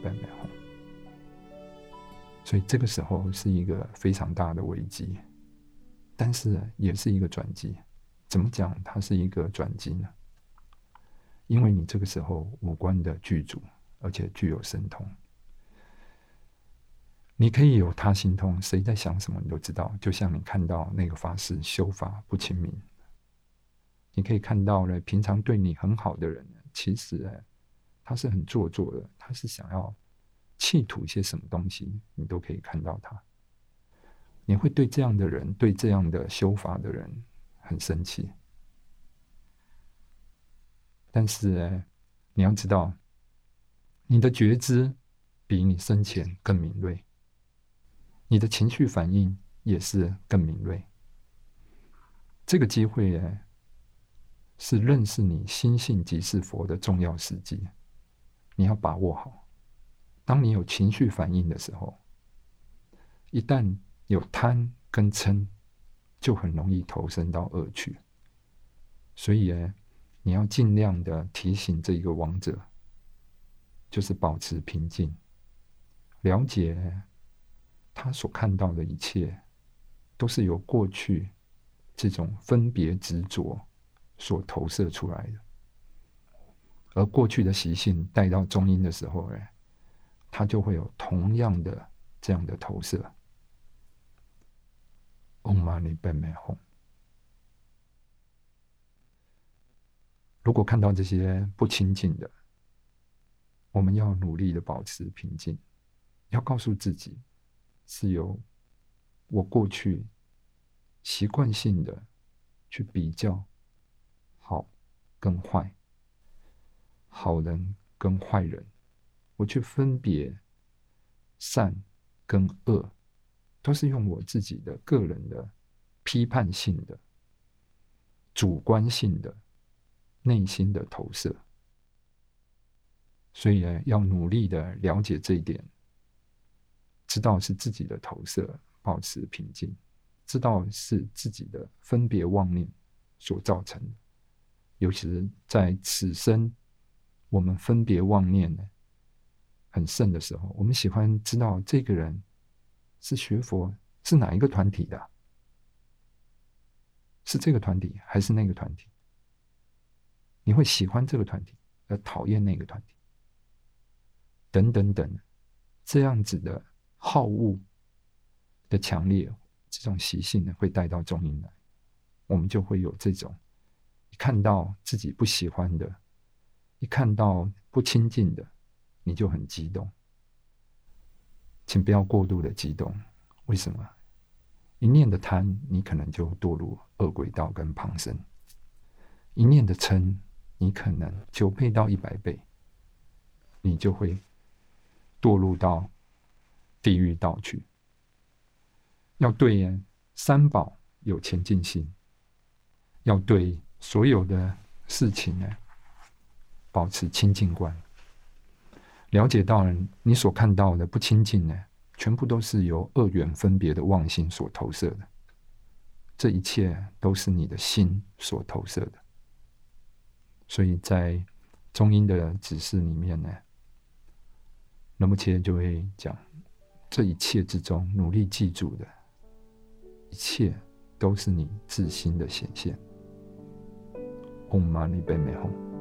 本没红。所以这个时候是一个非常大的危机，但是也是一个转机。怎么讲它是一个转机呢？因为你这个时候五官的具足，而且具有神通，你可以有他心通，谁在想什么你都知道。就像你看到那个法师修法不亲民，你可以看到呢，平常对你很好的人，其实他是很做作的，他是想要企图一些什么东西，你都可以看到他。你会对这样的人，对这样的修法的人很生气。但是你要知道，你的觉知比你生前更敏锐，你的情绪反应也是更敏锐。这个机会是认识你心性即是佛的重要时机，你要把握好。当你有情绪反应的时候，一旦有贪跟嗔，就很容易投身到恶趣。所以你要尽量的提醒这一个王者，就是保持平静，了解他所看到的一切都是由过去这种分别执着所投射出来的，而过去的习性带到中阴的时候它就会有同样的这样的投射。嗡嘛呢叭咪吽。如果看到这些不清净的，我们要努力的保持平静，要告诉自己，是由我过去习惯性的去比较好跟坏，好人跟坏人，我去分别善跟恶，都是用我自己的个人的批判性的、主观性的、内心的投射。所以要努力的了解这一点，知道是自己的投射，保持平静，知道是自己的分别妄念所造成的。尤其是在此生我们分别妄念很盛的时候，我们喜欢知道这个人是学佛是哪一个团体的，是这个团体还是那个团体？你会喜欢这个团体而讨厌那个团体，等等等，这样子的好恶的强烈，这种习性会带到中阴来，我们就会有这种一看到自己不喜欢的，一看到不亲近的，你就很激动。请不要过度的激动，为什么？一念的贪，你可能就堕入恶鬼道跟旁生；一念的嗔，你可能9倍到100倍，你就会堕入到地狱道去。要对三宝有前进心，要对所有的事情保持清净观，了解到你所看到的不清净全部都是由二元分别的妄心所投射的，这一切都是你的心所投射的。所以在中阴的指示里面仁波切就会讲，这一切之中努力记住的一切都是你自心的显现。嗡嘛呢叭咪吽。